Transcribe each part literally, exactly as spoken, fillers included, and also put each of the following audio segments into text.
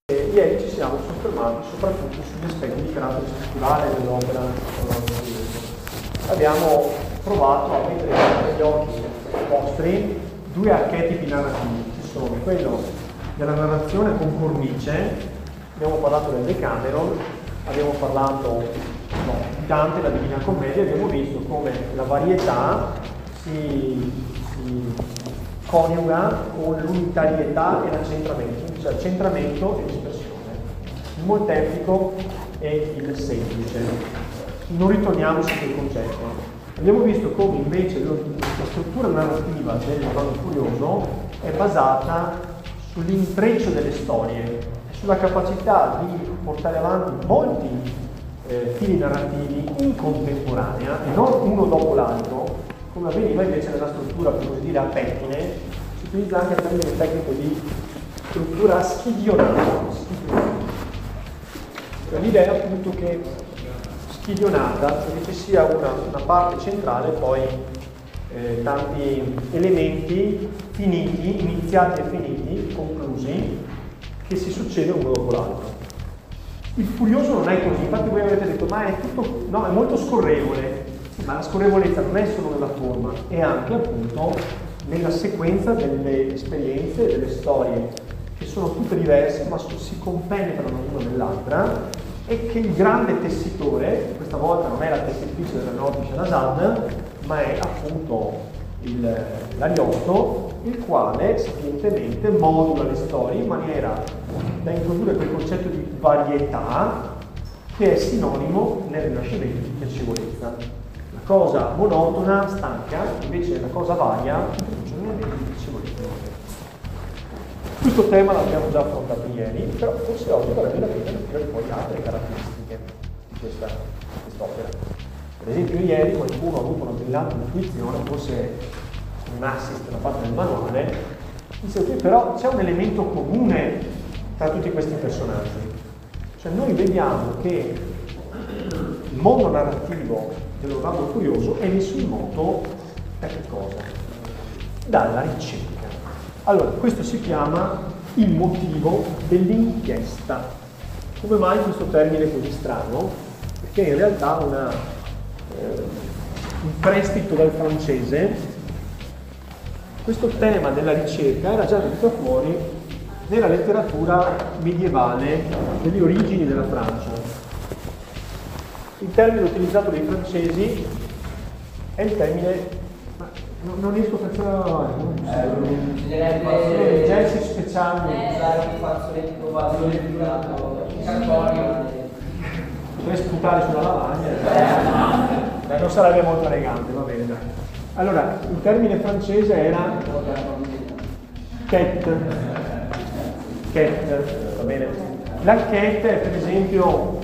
E ieri ci siamo soffermati soprattutto sugli aspetti di carattere strutturale dell'opera. Abbiamo provato a mettere agli occhi vostri due archetipi narrativi, che sono quello della narrazione con cornice. Abbiamo parlato del Decameron, abbiamo parlato no, di Dante, la Divina Commedia, abbiamo visto come la varietà si, si coniuga con l'unitarietà e l'accentramento, cioè centramento e dispersione, il molteplico e il semplice. Non ritorniamo su quel concetto. Abbiamo visto come invece la struttura narrativa del romanzo furioso è basata sull'intreccio delle storie e sulla capacità di portare avanti molti eh, fili narrativi in contemporanea e non uno dopo l'altro, come avveniva invece nella struttura, per così dire, a pettine. Si utilizza anche il termine tecnico di struttura schidionata. Cioè l'idea appunto che schidionata, cioè che ci sia una, una parte centrale e poi eh, tanti elementi finiti, iniziati e finiti, conclusi, che si succedono uno dopo l'altro. Il furioso non è così, infatti voi avete detto ma è tutto, no, è molto scorrevole. Ma la scorrevolezza non è solo nella forma, è anche appunto nella sequenza delle esperienze, delle storie, che sono tutte diverse, ma si compenetrano l'una nell'altra, e che il grande tessitore, questa volta non è la tessitrice della Nordic Nazan, ma è appunto il, l'Ariotto, il quale sapientemente modula le storie in maniera da introdurre quel concetto di varietà che è sinonimo nel Rinascimento di piacevolezza. La cosa monotona, stanca, invece la cosa varia, introduce un elemento di piacevolezza. Questo tema l'abbiamo già affrontato ieri, però forse oggi varrebbe la pena dire poi altre caratteristiche di questa quest'opera. Per esempio ieri qualcuno ha avuto una brillante intuizione, forse un assist da parte del manuale, dice che però c'è un elemento comune tra tutti questi personaggi. Cioè noi vediamo che il mondo narrativo dell'Orlando Furioso è messo in moto da che cosa? Dalla ricerca. Allora, questo si chiama il motivo dell'inchiesta. Come mai questo termine così strano? Perché in realtà una, eh, un prestito dal francese, questo tema della ricerca era già venuto fuori nella letteratura medievale delle origini della Francia. Il termine utilizzato dai francesi è il termine, ma non, non riesco a fare bisognerebbe esercizi speciali, usare un fazzoletto vazzoletto cartonio, potrei sputare sulla lavagna, beh, non sarebbe molto elegante, va bene, dai. Allora, il termine francese era quête, quête, va bene. La quête è per esempio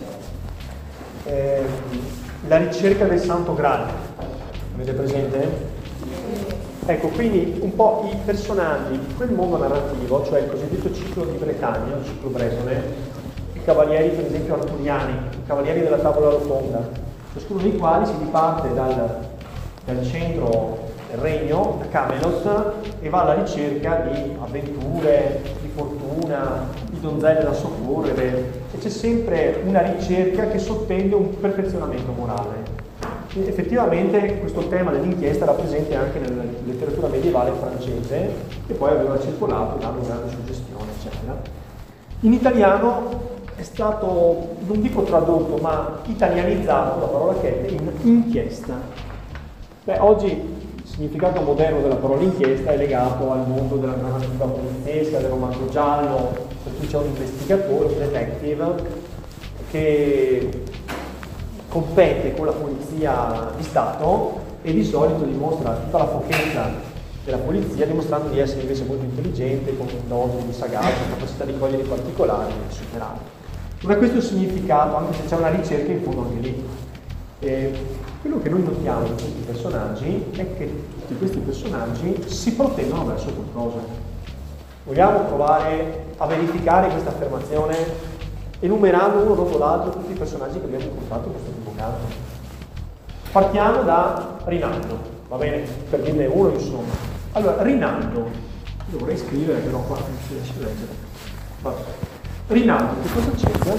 Eh, la ricerca del Santo Graal, avete presente? Ecco, quindi un po' i personaggi di quel mondo narrativo, cioè il cosiddetto ciclo di Bretagna, il ciclo bretone, i cavalieri per esempio arturiani, i cavalieri della tavola rotonda, ciascuno dei quali si diparte dal, dal centro del regno, da Camelot, e va alla ricerca di avventure, di fortuna, di donzelle da soccorrere, e c'è sempre una ricerca che sottende un perfezionamento morale. E effettivamente questo tema dell'inchiesta era presente anche nella letteratura medievale francese, che poi aveva circolato dando grande suggestione, eccetera. In italiano è stato, non dico tradotto, ma italianizzato la parola quête in inchiesta. Beh, oggi il significato moderno della parola inchiesta è legato al mondo della narrativa poliziesca, del romanzo giallo, per cui c'è un investigatore, un detective, che compete con la polizia di Stato e di solito dimostra tutta la pochezza della polizia, dimostrando di essere invece molto intelligente, con un dono di sagacia, capacità di cogliere i particolari e superare. Non è questo il significato, anche se c'è una ricerca in fondo anche lì. E quello che noi notiamo di questi personaggi è che tutti questi personaggi si proteggono verso qualcosa. Vogliamo provare a verificare questa affermazione enumerando uno dopo l'altro tutti i personaggi che abbiamo incontrato in questo primo canto. Partiamo da Rinaldo, va bene? Per dirne uno insomma. Allora, Rinaldo, io vorrei scrivere però qua non si riesce a leggere. Vabbè. Rinaldo, che cosa cerca?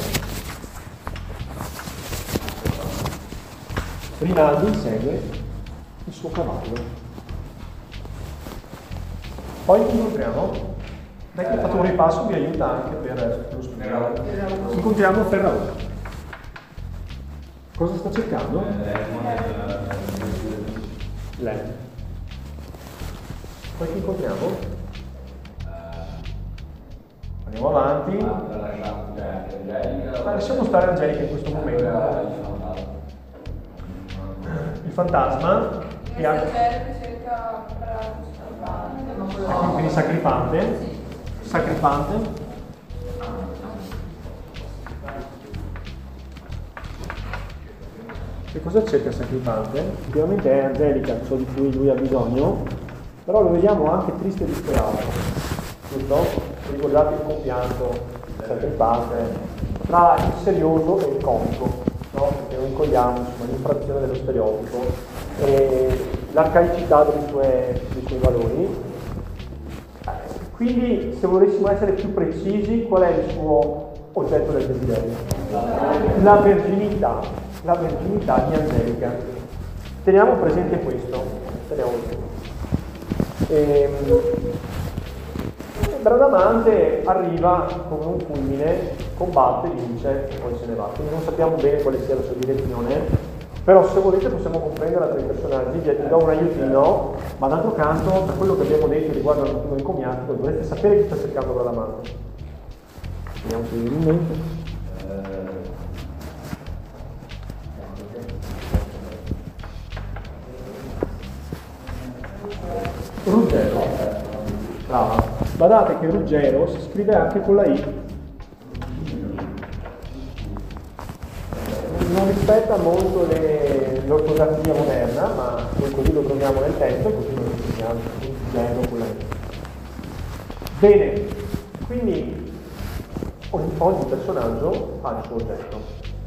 Rinaldo insegue il suo cavallo. Poi incontriamo, dai che ha fatto un ripasso, vi aiuta anche per lo studio. Incontriamo Ferraù. Cosa sta cercando? Lei. Poi che incontriamo? Andiamo avanti. Ma lasciamo stare Angelica in questo momento. Il fantasma che ha... Quindi sacripante. Sacripante. Che cosa cerca il sacripante? Sicuramente è Angelica, ciò di cui lui ha bisogno, però lo vediamo anche triste e disperato. Giusto? Ricordate il compianto del sacripante tra il serioso e il comico, no? Perché noi cogliamo l'infrazione dello stereotipo e l'arcaicità dei suoi, dei suoi valori. Quindi, se volessimo essere più precisi, qual è il suo oggetto del desiderio? La verginità, la verginità di Angelica. Teniamo presente questo. Teniamo presente. E, Bradamante arriva come un fulmine, combatte, vince e poi se ne va. Quindi non sappiamo bene quale sia la sua direzione. Però se volete possiamo comprendere tra i personaggi, vi do un aiutino, ma d'altro canto, da quello che abbiamo detto riguardo al motivo incomiato, dovreste sapere chi sta cercando Bradamante. Vediamo se vi viene in mente. Ruggero. Brava. Guardate che Ruggero si scrive anche con la I. Non rispetta molto le, l'ortografia moderna, ma noi così lo troviamo nel testo e così lo insegniamo Ruggero con la I. Bene, quindi ogni, ogni personaggio ha il suo oggetto.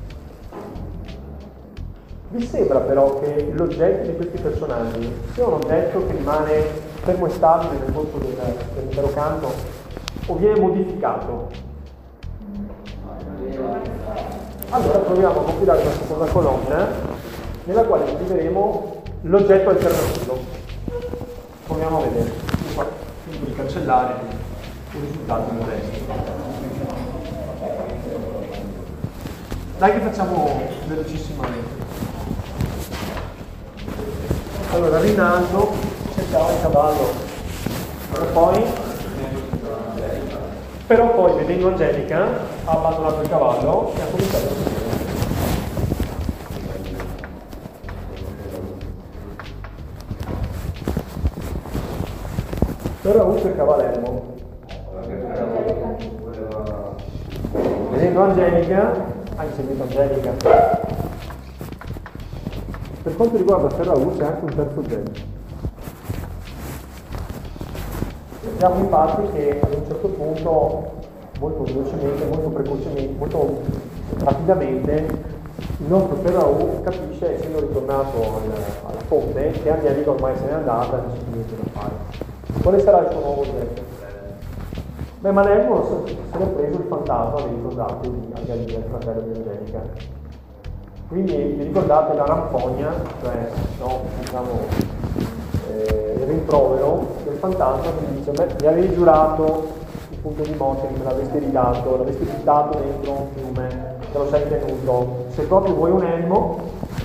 Vi sembra però che l'oggetto di questi personaggi sia un oggetto che rimane fermo e stabile nel corso del, dell'intero canto o viene modificato? Allora proviamo a compilare una seconda colonna nella quale scriveremo l'oggetto alternativo. Proviamo a vedere. Quindi di cancellare il risultato del testo. Dai che facciamo velocissimamente. Allora, Rinaldo cercava il cavallo, però poi, però poi vedendo Angelica ha abbandonato il cavallo e ha cominciato a seguire. Però usa il cavallermo. Vedendo Angelica, ha inseguito Angelica. Per quanto riguarda Ferraù c'è anche un terzo oggetto. Vediamo infatti che ad un certo punto, molto velocemente, molto precocemente, molto rapidamente, il nostro Ferraù capisce, essendo ritornato al, alla fonte, che Angelica ormai se n'è andata e non c'è più niente da fare. Quale sarà il suo nuovo oggetto? Beh, Malemolo se l'è preso il fantasma, vi ricordate, di Angelica, il fratello di Angelica. Quindi vi ricordate la rampogna, cioè no, diciamo, eh, il rimprovero del fantasma che dice: beh, mi avevi giurato il punto di morte che me l'avresti ridato, l'avresti buttato dentro un fiume, te lo sei tenuto. Se proprio vuoi un elmo,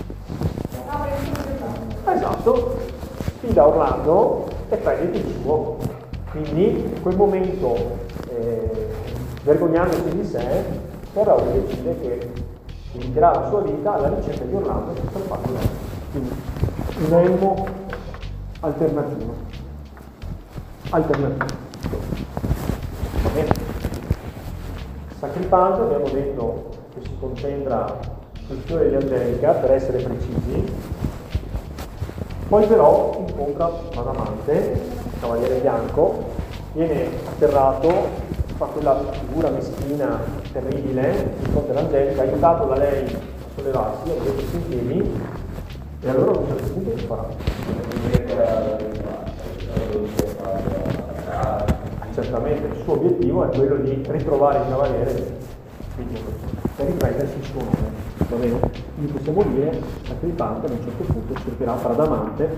esatto, sfida Orlando e prenditi il suo. Quindi in quel momento, eh, vergognandosi di sé, Ferraù decide che dedicherà la sua vita alla ricerca di Orlando per farlo bene. Quindi un elmo alternativo. Alternativo. Va bene. Sacripante abbiamo detto che si concentra sul fiore di Angelica per essere precisi. Poi però incontra Bradamante, il cavaliere bianco, viene atterrato, fa quella figura meschina, terribile, di fronte all'Angelica, aiutato da lei a sollevarsi, a mettersi in piedi, e allora a un certo punto che farà? certamente il suo obiettivo è quello di ritrovare il cavaliere per riprendersi il suo nome, va bene? Quindi possiamo dire Sacripante ad un certo punto cercherà Bradamante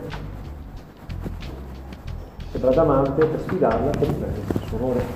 e Bradamante per sfidarla per riprendersi il suo nome.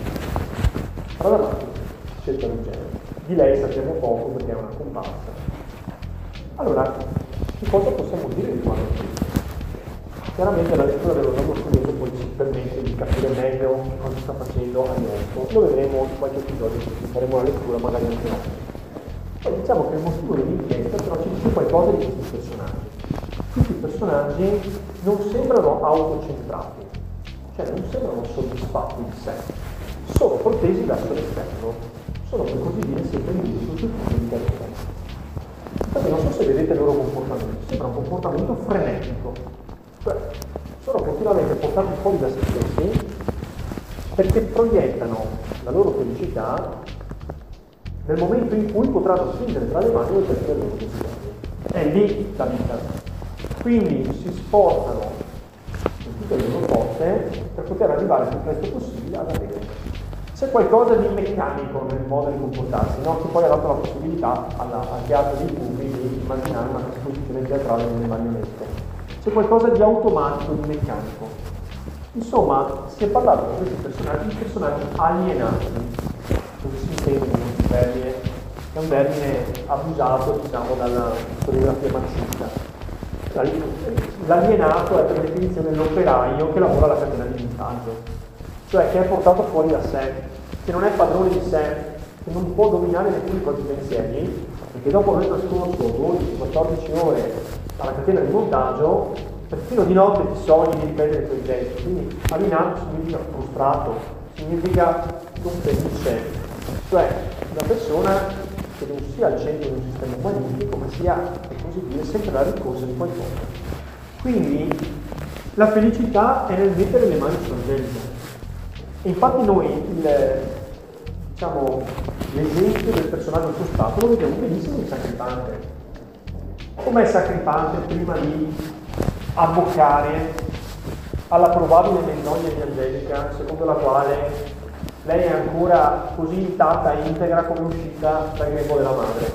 Bradamante scelta del genere. Di lei sappiamo poco perché è una comparsa. Allora, che cosa possiamo dire riguardo a questo? Chiaramente la lettura dello Nomo Studioso poi ci permette di capire meglio che cosa sta facendo Ariosto. Lo vedremo in qualche episodio, ci faremo la lettura magari anche noi. Poi diciamo che il motivo dell'inchiesta però ci dice qualcosa di questi personaggi. Questi personaggi non sembrano autocentrati, cioè non sembrano soddisfatti di sé, sono protesi verso l'esterno, sono per così dire sempre in viso sul punto di carriera. Infatti non so se vedete il loro comportamento, sembra un comportamento frenetico. Cioè, sono continuamente portati fuori da se stessi perché proiettano la loro felicità nel momento in cui potranno spingere tra le mani l'oggetto del loro desiderio. È lì la vita. Quindi si sforzano in tutte le loro forze per poter arrivare il più presto possibile ad avere. C'è qualcosa di meccanico nel modo di comportarsi, no? Che poi ha dato la possibilità alla, al teatro dei pupi di immaginare una esposizione teatrale nelle marionette. C'è qualcosa di automatico, di meccanico. Insomma, si è parlato di questi personaggi, di personaggi alienati, così si intende con questo termine, è un termine abusato, diciamo, dalla storiografia marxista. L'alienato è per definizione l'operaio che lavora alla catena di montaggio, cioè che è portato fuori da sé, che non è padrone di sé, che non può dominare neppure i propri pensieri, perché dopo aver trascorso dodici quattordici ore alla catena di montaggio, perfino di notte ti sogni di ripetere i tuoi gesti. Quindi alienato significa frustrato, significa non felice, cioè una persona che non sia al centro di un sistema umanistico, ma sia, per così dire, sempre la ricorsa di qualcosa. Quindi la felicità è nel mettere le mani sull'angelica. E infatti noi il, diciamo, l'esempio del personaggio del suo stato lo vediamo benissimo in Sacripante. Com'è Sacripante prima di abboccare alla probabile menzognea di Angelica, secondo la quale lei è ancora così intatta e integra come uscita dal grembo della madre?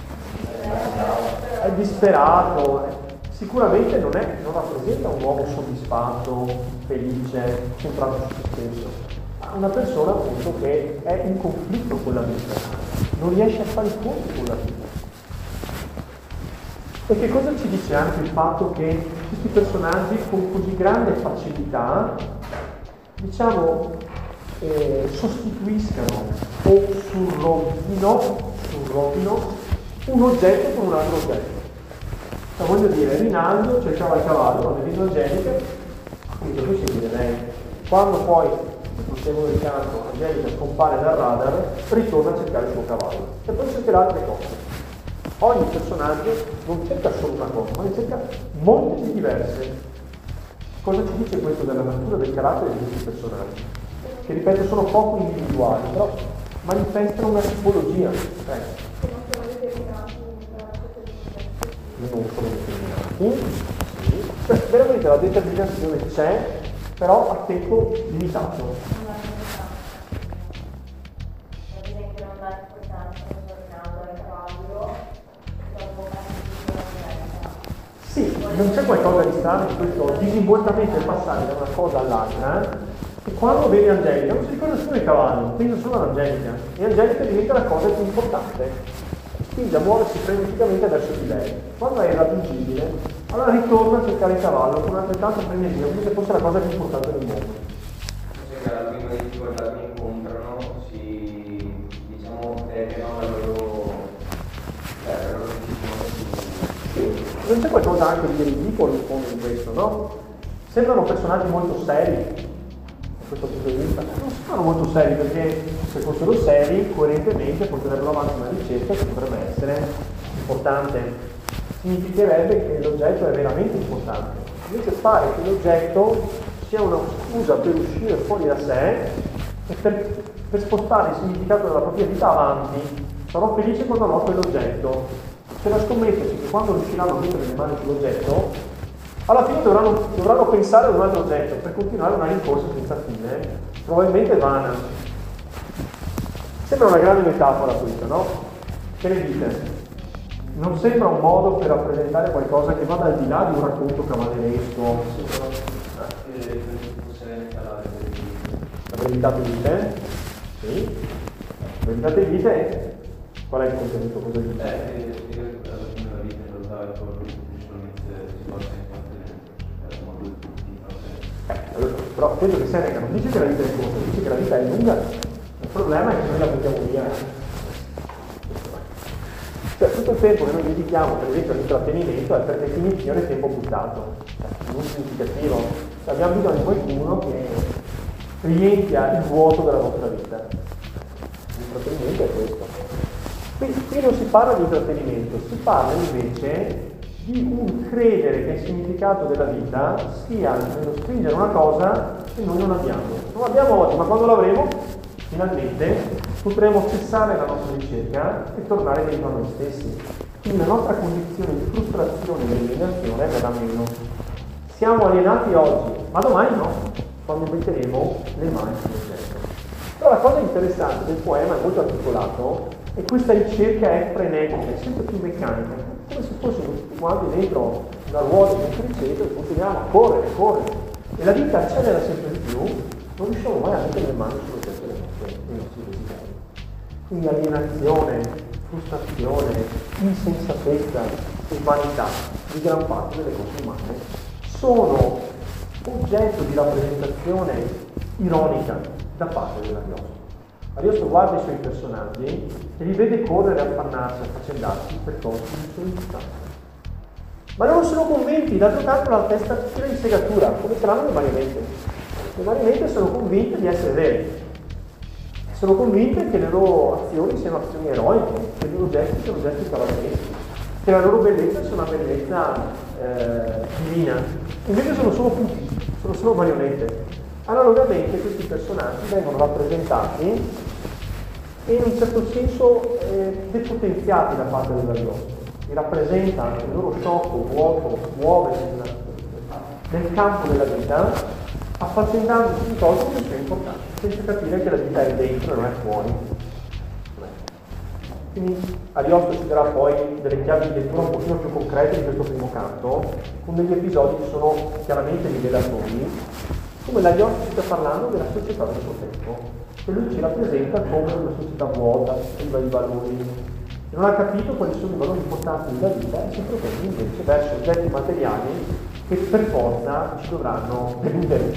È disperato, sicuramente non, è, non rappresenta un uomo soddisfatto, felice, centrato su se stesso, ma una persona appunto che è in conflitto con la vita, non riesce a fare i conti con la vita. E che cosa ci dice anche il fatto che questi personaggi con così grande facilità, diciamo, eh, sostituiscano o surroghino, surroghino un oggetto con un altro oggetto? Cioè, voglio dire, Rinaldo cercava il cavallo, non è venuto Angelica, quindi qui si vede lei. Quando poi, nel proseguo del canto, Angelica scompare dal radar, ritorna a cercare il suo cavallo e poi cercherà altre cose. Ogni personaggio non cerca solo una cosa, ma ne cerca molte di diverse. Cosa ci dice questo della natura del carattere di questi personaggi? Che, ripeto, sono poco individuali, però manifestano una tipologia. Eh. Non sono determinati. Sì. Cioè, veramente la determinazione c'è, però a tempo limitato. Sì, non c'è qualcosa di strano in questo disinvoltamente passare da una cosa all'altra, e quando vede Angelica non si ricorda solo il cavallo, pensa solo all'Angelica, e Angelica diventa la cosa più importante, quindi a muoversi freneticamente verso di lei. Quando è irraggiungibile, allora ritorna a cercare il cavallo con altrettanto frenesia, come se fosse la cosa più importante del mondo. Forse che alla prima difficoltà che incontrano si, diciamo, creano la loro, eh, la loro Sì, non c'è qualcosa anche di ridicolo in fondo in questo, no? Sembrano personaggi molto seri, da questo punto di vista. Non sembrano molto seri perché se fossero seri, coerentemente porterebbero avanti una ricerca che potrebbe essere importante. Significherebbe che l'oggetto è veramente importante. Invece pare che l'oggetto sia una scusa per uscire fuori da sé e per, per spostare il significato della propria vita avanti. Sarò felice quando avrò quell'oggetto. C'è da scommettersi che quando riusciranno a mettere le mani sull'oggetto, alla fine dovranno, dovranno pensare ad un altro oggetto per continuare una rincorsa senza fine, probabilmente vana. Sembra una grande metafora questa, no? Che ne dite? Non sembra un modo per rappresentare qualcosa che vada al di là di un racconto cavalleresco? La brevità di vite? Sì. La brevità di vite? Qual è il contenuto? Cosa dice? Eh, spiega che alla fine la vita in realtà è quello che principalmente si basa in quanto è modo di tutti. Eh, allora, però credo che Seneca non dice che la vita è corta, dice che la vita è lunga. Il problema è che noi la buttiamo via. Cioè, tutto il tempo che noi dedichiamo, per esempio, all'intrattenimento è per definizione tempo buttato, cioè, non significativo. Cioè, abbiamo bisogno di qualcuno che riempia il vuoto della nostra vita. L'intrattenimento è questo. Qui, qui non si parla di intrattenimento, si parla invece di un credere che il significato della vita sia nello stringere una cosa che noi non abbiamo. Non abbiamo oggi, ma quando l'avremo, finalmente potremo cessare la nostra ricerca e tornare dentro a noi stessi. Quindi la nostra condizione di frustrazione e di alienazione verrà meno. Siamo alienati oggi, ma domani no, quando metteremo le mani sull'oggetto. Però la cosa interessante del poema è molto articolato e questa ricerca è frenetica, è sempre più meccanica, come se fossimo tutti quanti dentro una ruota di un criceto e continuiamo a correre, correre. E la vita accelera sempre di più, non riusciamo mai a mettere le mani sull'oggetto dei nostri desideri. Quindi alienazione, frustrazione, insensatezza e vanità di gran parte delle cose umane sono oggetto di rappresentazione ironica da parte dell'Ariosto. Ariosto guarda i suoi personaggi e li vede correre, affannarsi, affaccendarsi per cose insoddisfacenti. Ma non sono convinti, d'altro canto la testa piena di segatura, come ce l'hanno le marionette. Le marionette sono convinte di essere vere. Sono convinte che le loro azioni siano azioni eroiche, che i loro gesti siano gesti cavallereschi, che la loro bellezza sia una bellezza eh, divina. Invece sono solo putti, sono solo marionette. Analogamente questi personaggi vengono rappresentati e in un certo senso eh, depotenziati da parte dell'Ariosto. Li rappresenta il loro sciocco, vuoto, muove nel, nel campo della vita, affaccendandosi in cose che sono importanti, senza capire che la vita è dentro e non è fuori. Quindi Ariosto ci darà poi delle chiavi di lettura un pochino più concrete di questo primo canto, con degli episodi che sono chiaramente rivelatori, come l'Ariosto ci sta parlando della società del suo tempo, che lui ci rappresenta come una società vuota, priva di valori, e non ha capito quali sono i valori importanti della vita e si propone invece verso oggetti materiali che per forza ci dovranno deludere.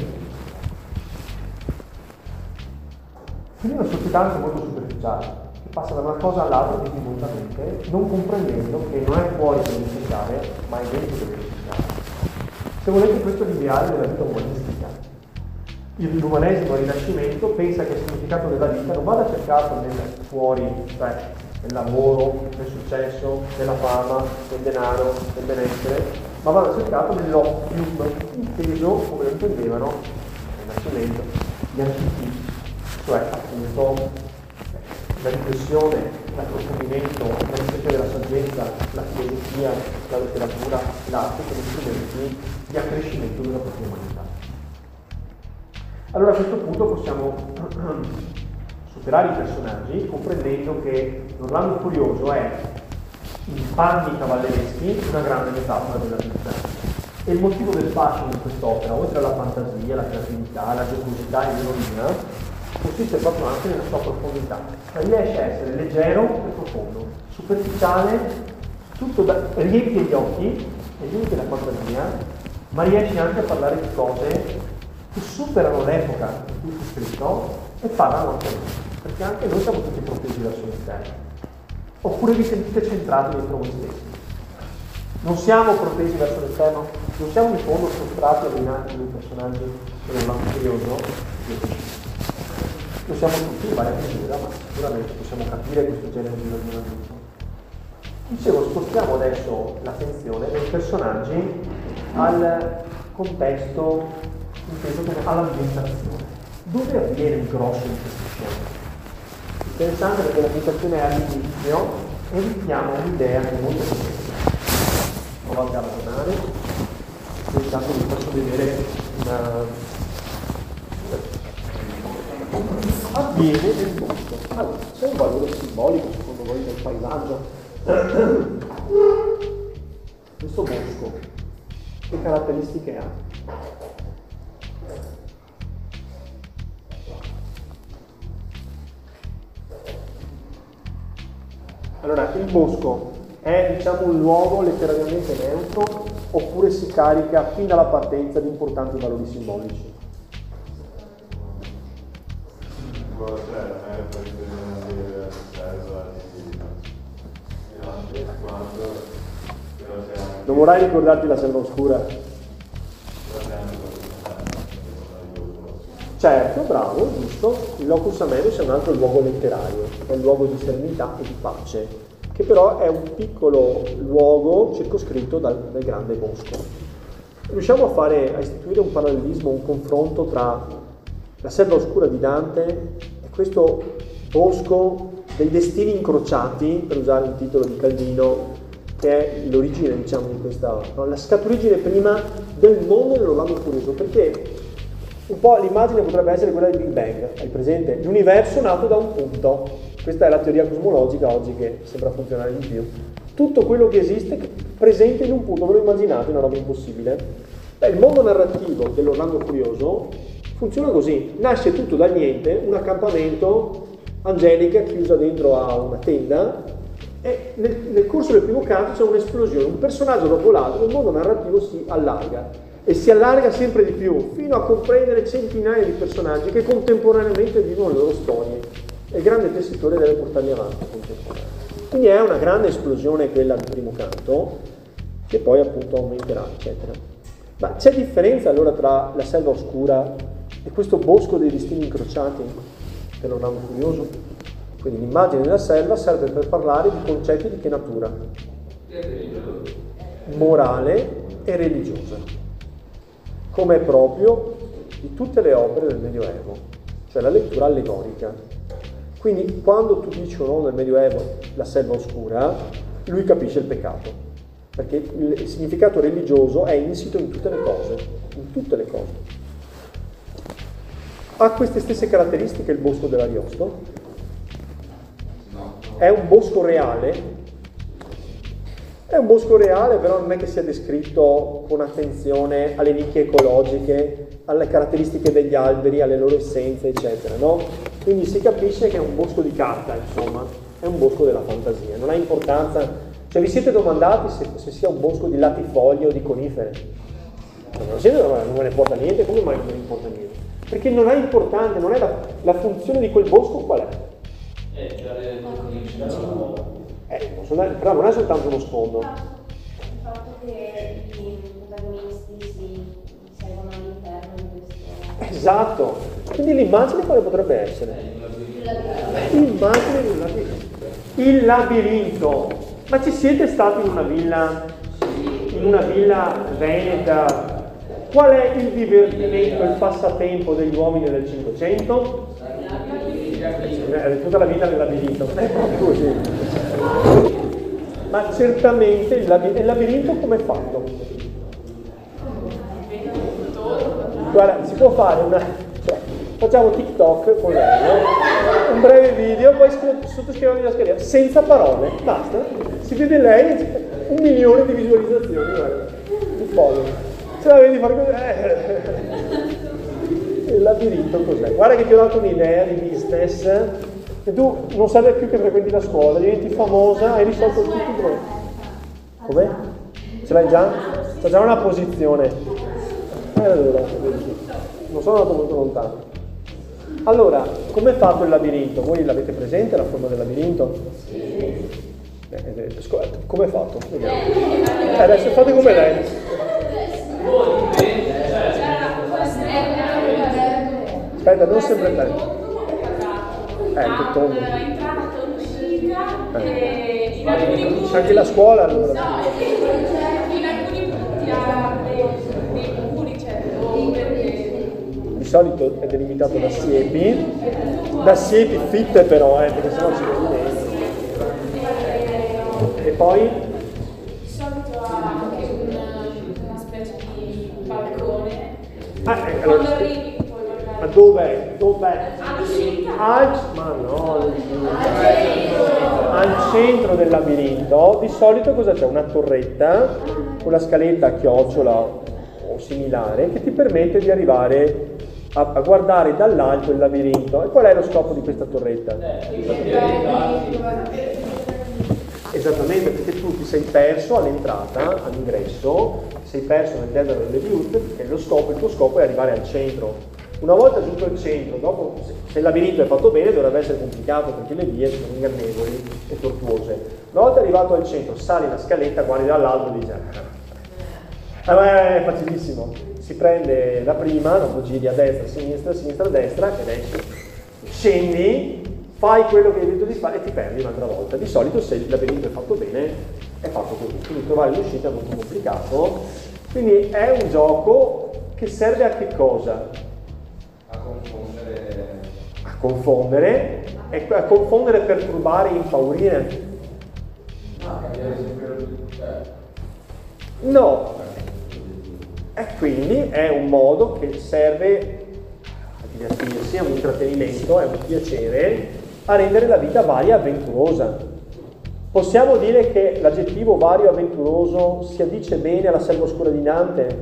Quindi una società anche molto superficiale, che passa da una cosa all'altra disimultamente, non comprendendo che non è fuori del necessario, ma è dentro del necessario. Se volete, questo è l'ideale della vita umanistica. L'umanesimo, il Rinascimento, pensa che il significato della vita non vada cercato nel fuori, cioè nel lavoro, nel successo, nella fama, nel denaro, nel benessere, ma vada cercato nell'oppium, inteso come lo intendevano nel Rinascimento gli antichi, cioè appunto la riflessione, l'approfondimento, la ricerca della saggezza, la filosofia, la letteratura, l'arte come strumenti di accrescimento della propria umanità. Allora a questo punto possiamo superare i personaggi comprendendo che l'Orlando Furioso è in panni cavallereschi una grande metafora della vita. E il motivo del fascino di quest'opera, oltre alla fantasia, la creatività, la giocosità e l'ironia, consiste proprio anche nella sua profondità. Cioè riesce a essere leggero e profondo, superficiale, tutto da, riempie gli occhi e riempie la fantasia, ma riesce anche a parlare di cose che superano l'epoca in cui fu scritto e parlano anche noi, perché anche noi siamo tutti protesi verso l'esterno. Oppure vi sentite centrati dentro voi stessi. Non siamo protesi verso l'esterno, non siamo in fondo frustrati e allenati dei personaggi dell'Orlando Furioso. Lo siamo tutti in varia misura, ma sicuramente possiamo capire questo genere di ragionamento. Dicevo, spostiamo adesso l'attenzione dei personaggi al contesto inteso come all'ambientazione. Dove avviene il grosso di queste scene? Interessante perché l'ambientazione è all'inizio e richiama un'idea che è molto complessa. Provate a ragionare. intanto vi faccio vedere una... avviene nel bosco. Allora, c'è un valore simbolico secondo voi del paesaggio? Questo bosco, che caratteristiche ha? Allora, il bosco è, diciamo, un luogo letterariamente neutro oppure si carica fin dalla partenza di importanti valori simbolici? Non vorrai ricordarti la selva oscura? Certo, bravo, giusto. Il locus amelus è un altro luogo letterario, è un luogo di serenità e di pace, che però è un piccolo luogo circoscritto dal, dal grande bosco. Riusciamo a fare, a istituire un parallelismo, un confronto tra la selva oscura di Dante e questo bosco dei destini incrociati, per usare un titolo di Calvino, che è l'origine, diciamo, di questa, no, la scaturigine prima del mondo dell'Orlando Furioso, perché un po' l'immagine potrebbe essere quella del Big Bang, hai presente? L'universo nato da un punto, questa è la teoria cosmologica oggi che sembra funzionare di più. Tutto quello che esiste è presente in un punto, ve lo immaginate, una roba impossibile? Beh, il mondo narrativo dell'Orlando Furioso funziona così, nasce tutto dal niente, un accampamento, Angelica chiusa dentro a una tenda, e nel, nel corso del primo canto c'è un'esplosione, un personaggio dopo l'altro, il mondo narrativo si allarga e si allarga sempre di più, fino a comprendere centinaia di personaggi che contemporaneamente vivono le loro storie e il grande tessitore deve portarli avanti contemporaneamente. Quindi è una grande esplosione quella del primo canto, che poi appunto aumenterà, eccetera. Ma c'è differenza allora tra la selva oscura e questo bosco dei destini incrociati dell'Orlando Furioso? Quindi l'immagine della selva serve per parlare di concetti di che natura? Morale e religiosa, come è proprio di tutte le opere del Medioevo, cioè la lettura allegorica. Quindi quando tu dici un uomo del Medioevo la selva oscura, lui capisce il peccato, perché il significato religioso è insito in tutte le cose, in tutte le cose. Ha queste stesse caratteristiche il bosco dell'Ariosto? È un bosco reale? È un bosco reale, però non è che sia descritto con attenzione alle nicchie ecologiche, alle caratteristiche degli alberi, alle loro essenze, eccetera, no? Quindi si capisce che è un bosco di carta, insomma, è un bosco della fantasia, non ha importanza. Cioè vi siete domandati se, se sia un bosco di latifoglie o di conifere? Non, siete, non me ne importa niente, come mai non me ne importa niente? Perché non è importante, non è la, la funzione di quel bosco qual è? Eh, dare Eh, però non è soltanto uno sfondo. Il fatto che i protagonisti si seguono all'interno di questo. Esatto. Quindi l'immagine quale potrebbe essere? L'immagine di un labirinto. Il labirinto. Ma ci siete stati in una villa, in una villa veneta? Qual è il divertimento, il passatempo degli uomini del Cinquecento? È tutta la vita nel labirinto, non è proprio così. Ma certamente il labirinto, il labirinto come è fatto? Guarda, si può fare una... Cioè, facciamo TikTok con lei, no? Un breve video, poi sottoscriviamo la scheda senza parole, basta. Si vede lei, un milione di visualizzazioni, guarda, di follow. Se la vedi fare così... Il labirinto cos'è? Guarda che ti ho dato un'idea di business e tu non serve più che frequenti la scuola, diventi famosa e hai risolto tutti i problemi. Com'è? Ce l'hai già? C'è già una posizione. E allora, non sono andato molto lontano. Allora, com'è fatto il labirinto? Voi l'avete presente la forma del labirinto? Sì. Com'è fatto? Vediamo. Eh, adesso fate come lei. Aspetta, non sempre te. Ecco, tondo. Eh. In alcuni punti, c'è anche la scuola allora. No, in alcuni punti ha dei, dei muri, cioè dove. Di solito è delimitato da siepi, da siepi fitte però, eh, perché sennò ci vedi dentro. E poi? Di solito ha anche una, una specie di Ah, eh, Quando allora, arrivi puoi ma guardare. dov'è? Dov'è? All'uscita. Al, ma no, al centro del labirinto di solito cosa c'è? Una torretta con la scaletta a chiocciola o similare che ti permette di arrivare a, a guardare dall'alto il labirinto. E qual è lo scopo di questa torretta? Esattamente, perché tu ti sei perso all'entrata, all'ingresso, ti sei perso nel Dedalo delle Viuzze, perché lo scopo, il tuo scopo è arrivare al centro. Una volta giunto al centro, dopo, se il labirinto è fatto bene, dovrebbe essere complicato perché le vie sono ingannevoli e tortuose. Una volta arrivato al centro, sali la scaletta, guardi dall'alto e dici ah, è facilissimo. Si prende la prima, dopo giri a destra, a sinistra, a sinistra, a destra ed esci. Scendi, fai quello che hai detto di fare e ti perdi un'altra volta. Di solito se il labirinto è fatto bene, è fatto così. Quindi trovare l'uscita è molto complicato. Quindi è un gioco che serve a che cosa? A confondere. A confondere, e a confondere per turbare e impaurire. Ah, cambiare sempre. No. E quindi è un modo che serve a divertirsi, è un intrattenimento, è un piacere, a rendere la vita varia e avventurosa. Possiamo dire che l'aggettivo vario e avventuroso si addice bene alla selva oscura di Dante?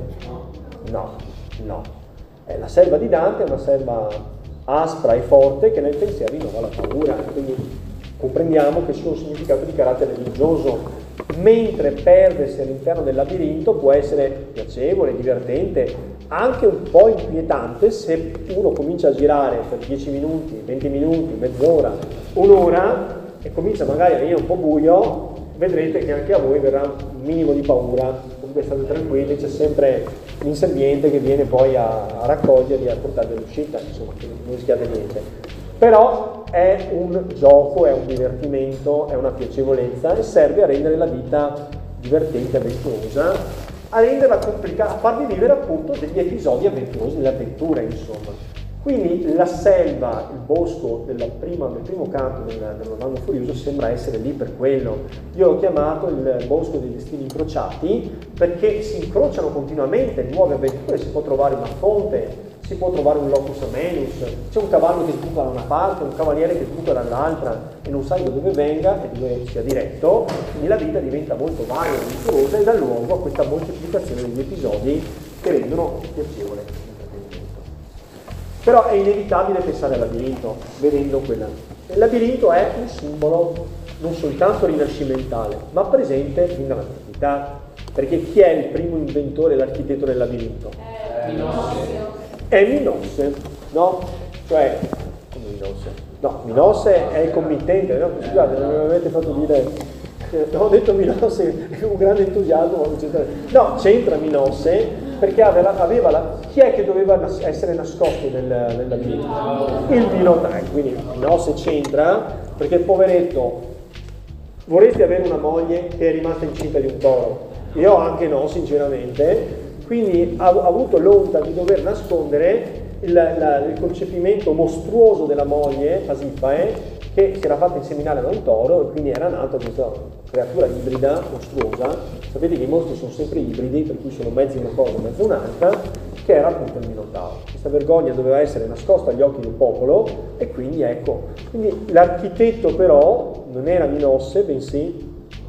No, no. Eh, la selva di Dante è una selva aspra e forte che nel pensiero rinnova la paura, quindi comprendiamo che il suo significato di carattere religioso, mentre perdersi all'interno del labirinto può essere piacevole, divertente, anche un po' inquietante se uno comincia a girare per dieci minuti, venti minuti, mezz'ora, un'ora e comincia magari a venire un po' buio, vedrete che anche a voi verrà un minimo di paura. Comunque state tranquilli, c'è sempre l'inserviente che viene poi a, a raccoglierli e a portarli all'uscita, insomma, non rischiate niente. Però è un gioco, è un divertimento, è una piacevolezza e serve a rendere la vita divertente, avventurosa, a renderla complicata, a farvi vivere appunto degli episodi avventurosi, delle avventure, insomma. Quindi la selva, il bosco della prima, del primo canto del, dell'Orlando Furioso sembra essere lì per quello. Io l'ho chiamato il bosco dei destini incrociati perché si incrociano continuamente nuove avventure, si può trovare una fonte, si può trovare un locus amenus, c'è un cavallo che sbuca da una parte, un cavaliere che sbuca dall'altra e non sai da dove venga e dove sia diretto, quindi la vita diventa molto varia e avventurosa e dà luogo a questa moltiplicazione degli episodi che rendono piacevole l'intrattenimento. Però è inevitabile pensare al labirinto, vedendo quella. Il labirinto è un simbolo non soltanto rinascimentale, ma presente fin dall'antichità, perché chi è il primo inventore, l'architetto del labirinto? Minosse. È Minosse, no? Cioè, come Minosse? No, Minosse è il committente, no? Scusate, non mi avete fatto dire, eh, ho detto Minosse con un grande entusiasmo, ma non c'entra. No, c'entra Minosse perché aveva, aveva la, chi è che doveva nas- essere nascosto nel, nel labirinto? Il Minotauro, quindi Minosse c'entra perché il poveretto, vorresti avere una moglie che è rimasta incinta di un toro? Io anche no, sinceramente. Quindi ha, ha avuto l'onta di dover nascondere il, la, il concepimento mostruoso della moglie, Pasiphae, che si era fatta inseminare da un toro e quindi era nata questa creatura ibrida, mostruosa. Sapete che i mostri sono sempre ibridi, per cui sono mezzi una cosa, mezzi un'altra, che era appunto il Minotauro. Questa vergogna doveva essere nascosta agli occhi del popolo e quindi ecco. Quindi l'architetto però non era Minosse, bensì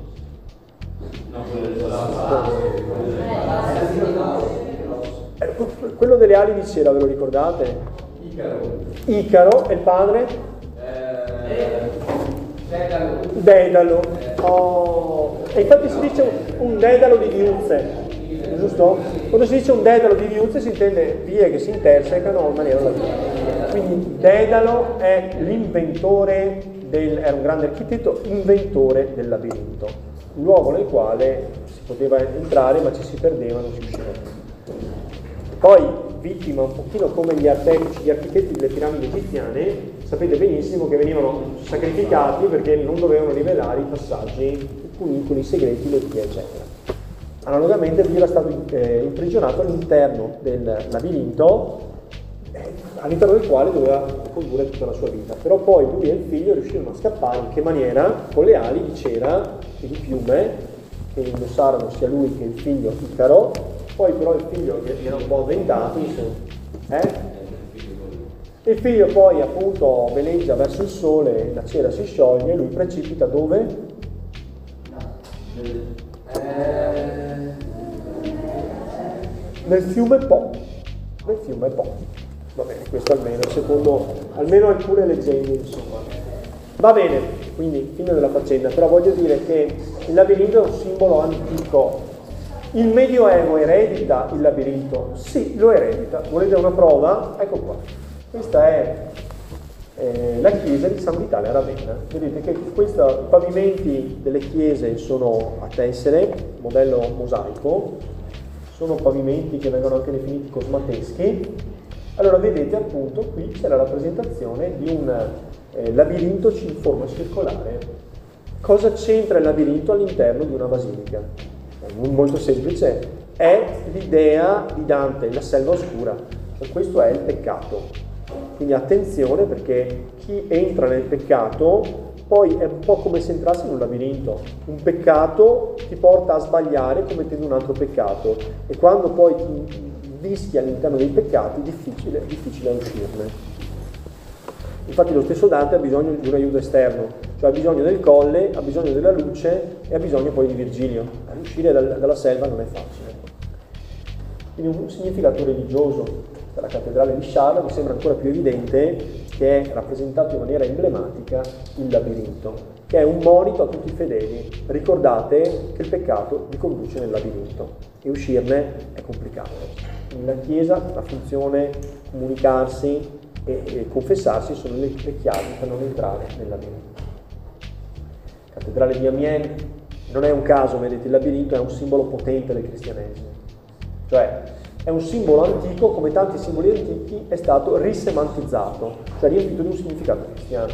quello delle ali di cera, ve lo ricordate? Icaro. Icaro, e il padre? Eh, Dedalo. Dedalo. Oh. E infatti si dice un, un dedalo di viuzze, giusto? Quando si dice un dedalo di viuzze si intende vie che si intersecano in maniera laterale. Quindi Dedalo è l'inventore del, era un grande architetto, inventore del labirinto, un luogo nel quale si poteva entrare ma ci si perdeva, non si usciva più. Poi, vittima un pochino come gli artefici, gli architetti delle piramidi egiziane, sapete benissimo che venivano sacrificati perché non dovevano rivelare i passaggi, i cunicoli, i segreti, le vie, eccetera. Analogamente lui era stato eh, imprigionato all'interno del labirinto, eh, all'interno del quale doveva condurre tutta la sua vita. Però poi lui e il figlio riuscirono a scappare. In che maniera? Con le ali di cera e di piume che indossarono sia lui che il figlio Icaro. Poi però il figlio, che era un po' avventato, Eh? Il figlio poi appunto veleggia verso il sole, la cera si scioglie e lui precipita dove? Nel fiume Po. Nel fiume Po. Va bene, questo almeno, secondo almeno alcune leggende, insomma. Va bene, quindi fine della faccenda, però voglio dire che il labirinto è un simbolo antico. Il Medioevo eredita il labirinto? Sì, lo eredita. Volete una prova? Ecco qua. Questa è eh, la chiesa di San Vitale a Ravenna. Vedete che questi pavimenti delle chiese sono a tessere, modello mosaico, sono pavimenti che vengono anche definiti cosmateschi. Allora vedete appunto qui c'è la rappresentazione di un eh, labirinto in forma circolare. Cosa c'entra il labirinto all'interno di una basilica? Molto semplice, è l'idea di Dante, la selva oscura, e questo è il peccato. Quindi attenzione, perché chi entra nel peccato poi è un po' come se entrasse in un labirinto. Un peccato ti porta a sbagliare commettendo un altro peccato, e quando poi ti dischi all'interno dei peccati è difficile, difficile uscirne. Infatti lo stesso Dante ha bisogno di un aiuto esterno, cioè ha bisogno del colle, ha bisogno della luce e ha bisogno poi di Virgilio. Uscire dal, dalla selva non è facile. Quindi un significato religioso. La cattedrale di Chartres mi sembra ancora più evidente che è rappresentato in maniera emblematica il labirinto, che è un monito a tutti i fedeli. Ricordate che il peccato vi conduce nel labirinto e uscirne è complicato. Nella Chiesa la funzione comunicarsi e, e confessarsi sono le, le chiavi per non entrare nel labirinto. Cattedrale di Amiens non è un caso, vedete, il labirinto è un simbolo potente del cristianesimo, cioè è un simbolo antico, come tanti simboli antichi è stato risemantizzato, cioè riempito di un significato cristiano.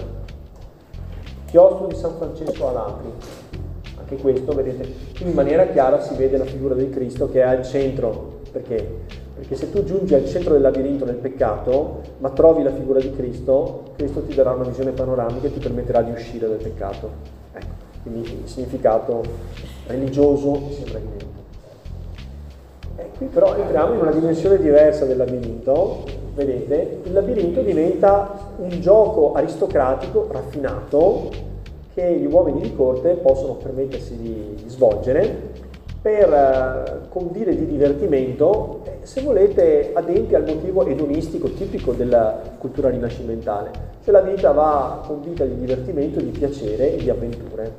Chiostro di San Francesco a Lapri, anche questo, vedete, in maniera chiara si vede la figura del Cristo che è al centro. Perché? Perché se tu giungi al centro del labirinto nel peccato, ma trovi la figura di Cristo, Cristo ti darà una visione panoramica e ti permetterà di uscire dal peccato. Ecco, quindi il significato religioso mi sembra evidente. E qui però entriamo in una dimensione diversa del labirinto. Vedete, il labirinto diventa un gioco aristocratico, raffinato, che gli uomini di corte possono permettersi di, di svolgere per uh, condire di divertimento, eh, se volete adempie al motivo edonistico tipico della cultura rinascimentale, cioè la vita va condita di divertimento, di piacere e di avventure.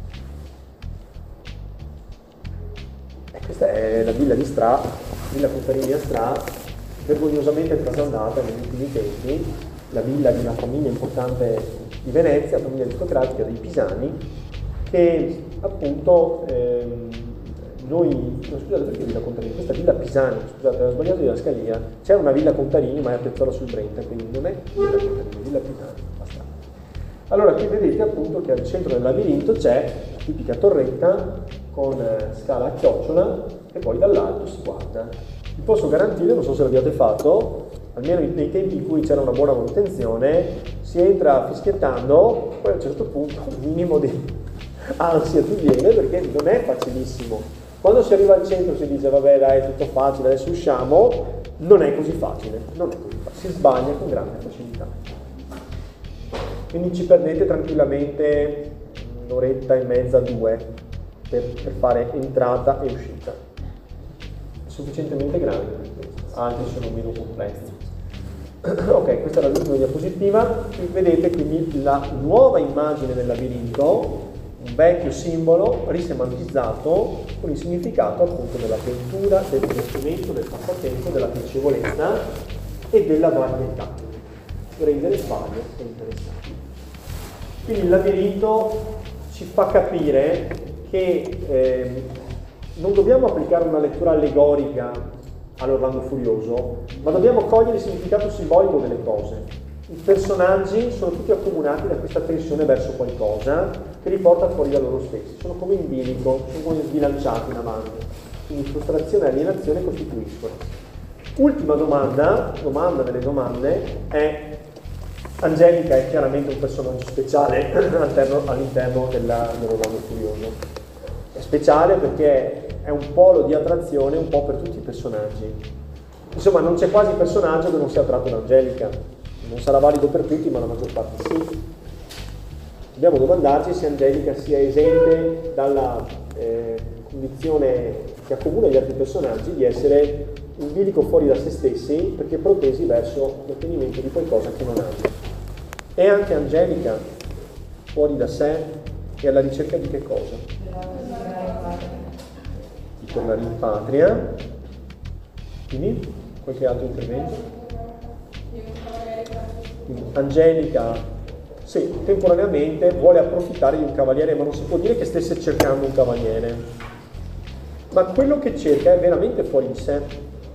E questa è la villa di Stra, villa Contarini a Stra, vergognosamente trasandata negli ultimi tempi, la villa di una famiglia importante di Venezia, la famiglia aristocratica dei Pisani, che appunto ehm, noi, no, scusate, perché villa Contarini? Questa villa Pisani, scusate, avevo sbagliato di Ascalia, c'è una villa Contarini ma è a Pezzola sul Brenta, quindi non è villa Contarini, villa Pisani, basta. Allora qui vedete appunto che al centro del labirinto c'è la tipica torretta con eh, scala a chiocciola e poi dall'alto si guarda. Vi posso garantire, non so se l'abbiate fatto, almeno nei tempi in cui c'era una buona manutenzione, si entra fischiettando, poi a un certo punto un minimo di ansia ti viene perché non è facilissimo. Quando si arriva al centro si dice vabbè dai è tutto facile, adesso usciamo, non è così facile, non è così facile, si sbaglia con grande facilità. Quindi ci perdete tranquillamente un'oretta e mezza, due, per, per fare entrata e uscita. È sufficientemente grande per questo, altri sono meno complessi. Ok, questa era l'ultima diapositiva. Qui vedete quindi la nuova immagine del labirinto, un vecchio simbolo risemantizzato con il significato appunto della avventura, del divertimento, del passatempo, della piacevolezza e della varietà. Rendere vario e interessante. Quindi il labirinto ci fa capire che eh, non dobbiamo applicare una lettura allegorica all'Orlando Furioso, ma dobbiamo cogliere il significato simbolico delle cose. I personaggi sono tutti accomunati da questa tensione verso qualcosa che li porta fuori da loro stessi, sono come in bilico, sono come sbilanciati in avanti, quindi frustrazione e alienazione costituiscono. Ultima domanda, domanda delle domande, è Angelica è chiaramente un personaggio speciale all'interno, all'interno della, dell'Orlando Furioso. È speciale perché è un polo di attrazione un po' per tutti i personaggi. Insomma, non c'è quasi personaggio che non sia tratto da Angelica. Non sarà valido per tutti, ma la maggior parte sì. Dobbiamo domandarci se Angelica sia esente dalla eh, condizione che accomuna gli altri personaggi di essere in bilico fuori da se stessi perché protesi verso l'ottenimento di qualcosa che non hanno. È anche Angelica fuori da sé e alla ricerca di che cosa? Di tornare in patria. Quindi, qualche altro intervento? Angelica, sì, temporaneamente vuole approfittare di un cavaliere, ma non si può dire che stesse cercando un cavaliere. Ma quello che cerca è veramente fuori di sé.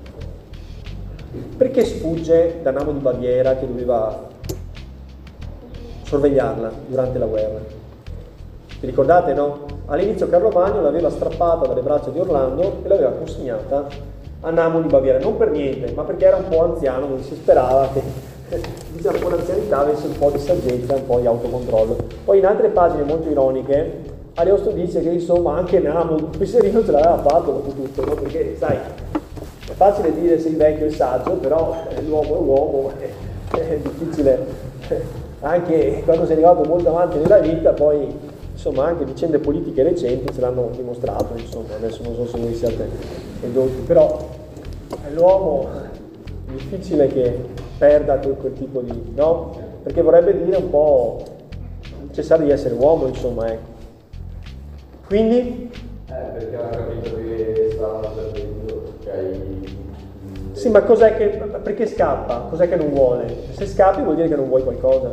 Perché sfugge da Namo di Baviera che doveva sorvegliarla durante la guerra? Vi ricordate, no? All'inizio Carlo Magno l'aveva strappata dalle braccia di Orlando e l'aveva consegnata a Namo di Baviera, non per niente, ma perché era un po' anziano, quindi si sperava che diciamo con l'anzianità avesse un po' di saggezza, un po' di autocontrollo. Poi in altre pagine molto ironiche Ariosto dice che insomma anche Namo un pensierino ce l'aveva fatto dopo tutto, no? Perché sai, è facile dire sei vecchio e saggio, però eh, l'uomo è uomo, è, è difficile, anche quando sei arrivato molto avanti nella vita, poi insomma anche vicende politiche recenti ce l'hanno dimostrato, insomma, adesso non so se voi siate edotti, però è l'uomo è difficile che perda quel, quel tipo di, no? Perché vorrebbe dire un po' cessare di essere uomo, insomma, ecco. Quindi? Eh, perché ha capito che stava perdendo, cioè... Sì, ma cos'è che, perché scappa? Cos'è che non vuole? Se scappi vuol dire che non vuoi qualcosa.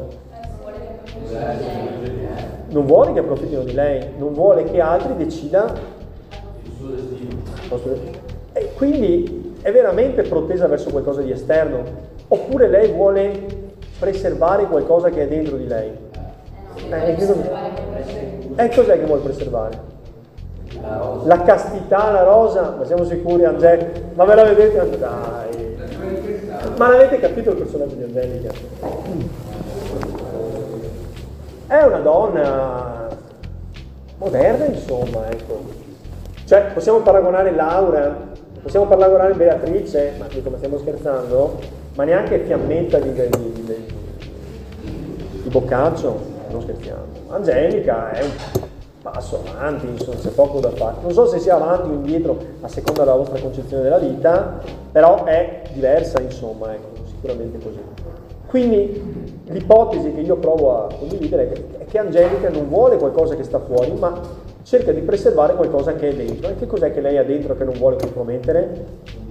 Non vuole che approfittino di lei, non vuole che altri decida il suo destino. E quindi è veramente protesa verso qualcosa di esterno, oppure lei vuole preservare qualcosa che è dentro di lei? Eh, che non... E cos'è che vuole preservare? La, la castità, la rosa, ma siamo sicuri, Angelica? Ma ve la vedete? Dai! Ma l'avete capito il personaggio di Angelica? È una donna moderna, insomma, ecco. Cioè, possiamo paragonare Laura, possiamo paragonare Beatrice, ma dico, ma stiamo scherzando? Ma neanche Fiammetta di, di, di, di Boccaccio, non scherziamo. Angelica è un passo avanti, insomma, c'è poco da fare. Non so se sia avanti o indietro a seconda della vostra concezione della vita, però è diversa, insomma, ecco, sicuramente così. Quindi l'ipotesi che io provo a condividere è che Angelica non vuole qualcosa che sta fuori, ma cerca di preservare qualcosa che è dentro. E che cos'è che lei ha dentro che non vuole compromettere?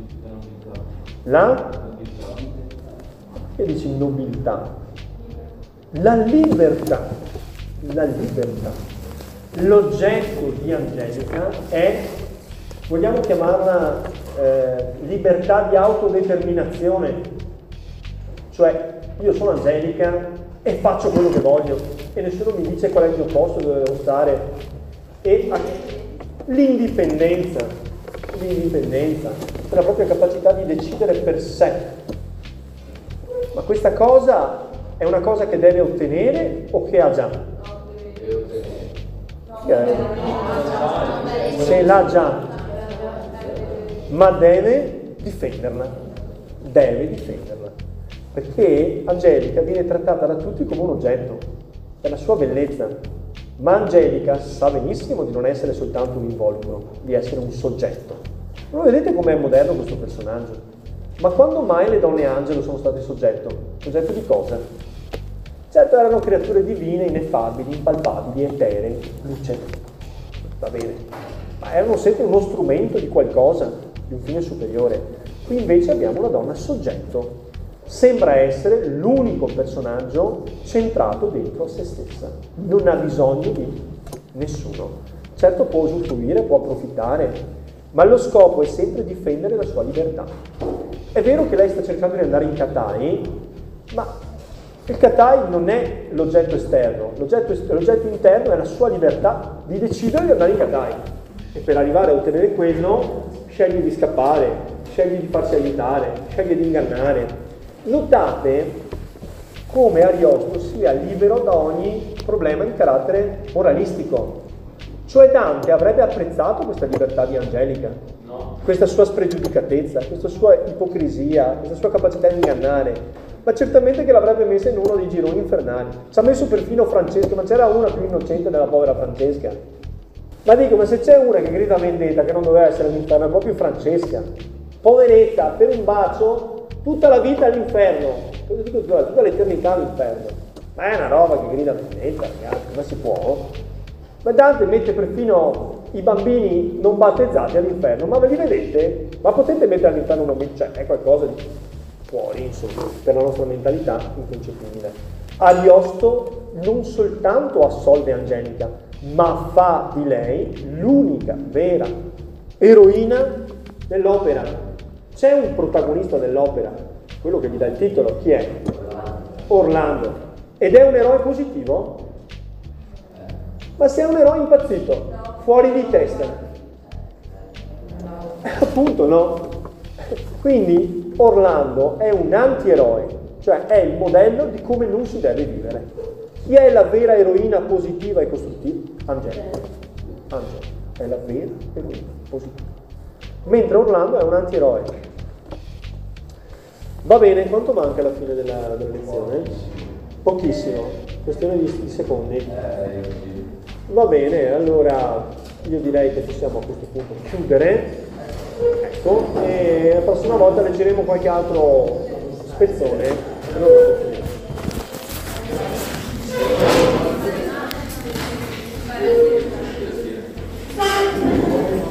La? Che dici nobiltà? La libertà. La libertà. L'oggetto di Angelica è, vogliamo chiamarla eh, libertà di autodeterminazione. Cioè, io sono Angelica e faccio quello che voglio e nessuno mi dice qual è il mio posto, dove devo stare. E l'indipendenza, l'indipendenza, cioè la propria capacità di decidere per sé. Ma questa cosa è una cosa che deve ottenere o che ha già? Deve ottenere. Se l'ha già, ma deve difenderla, deve difenderla. Perché Angelica viene trattata da tutti come un oggetto, è la sua bellezza, ma Angelica sa benissimo di non essere soltanto un involucro, di essere un soggetto. Non vedete com'è moderno questo personaggio? Ma quando mai le donne angelo sono state soggetto? Soggetto di cosa? Certo erano creature divine, ineffabili, impalpabili, eteree, luce, va bene, ma erano sempre uno strumento di qualcosa, di un fine superiore. Qui invece abbiamo una donna soggetto. Sembra essere l'unico personaggio centrato dentro a se stessa, non ha bisogno di nessuno. Certo può usufruire, può approfittare, ma lo scopo è sempre difendere la sua libertà. È vero che lei sta cercando di andare in Katai, ma il Katai non è l'oggetto esterno, l'oggetto, est- l'oggetto interno è la sua libertà di decidere di andare in Katai. E per arrivare a ottenere quello, sceglie di scappare, sceglie di farsi aiutare, sceglie di ingannare. Notate come Ariosto sia libero da ogni problema di carattere moralistico. Cioè Dante avrebbe apprezzato questa libertà di Angelica? No. questa sua spregiudicatezza, questa sua ipocrisia, questa sua capacità di ingannare, ma certamente che l'avrebbe messa in uno dei gironi infernali. Ci ha messo perfino Francesca, ma c'era una più innocente della povera Francesca. Ma dico, ma se c'è una che grida vendetta, che non doveva essere all'inferno, è proprio Francesca. Poveretta, per un bacio, tutta la vita all'inferno. Cosa dico, tutta l'eternità all'inferno. Ma è una roba che grida vendetta, ragazzi, ma si può? Ma Dante mette perfino i bambini non battezzati all'inferno, ma ve li vedete? Ma potete mettere all'inferno un bambino? Cioè, è qualcosa di fuori, insomma, per la nostra mentalità inconcepibile. Ariosto non soltanto assolve Angelica, ma fa di lei l'unica vera eroina dell'opera. C'è un protagonista dell'opera, quello che gli dà il titolo, chi è? Orlando. Ed è un eroe positivo? Ma se è un eroe impazzito, fuori di testa. Appunto no. Quindi Orlando è un antieroe, cioè è il modello di come non si deve vivere. Chi è la vera eroina positiva e costruttiva? Angelica. Angelica è la vera eroina positiva. Mentre Orlando è un antieroe. Va bene, quanto manca alla fine della, della lezione? Pochissimo, questione di, di secondi. Va bene, allora io direi che possiamo a questo punto chiudere. Ecco, e la prossima volta leggeremo qualche altro spezzone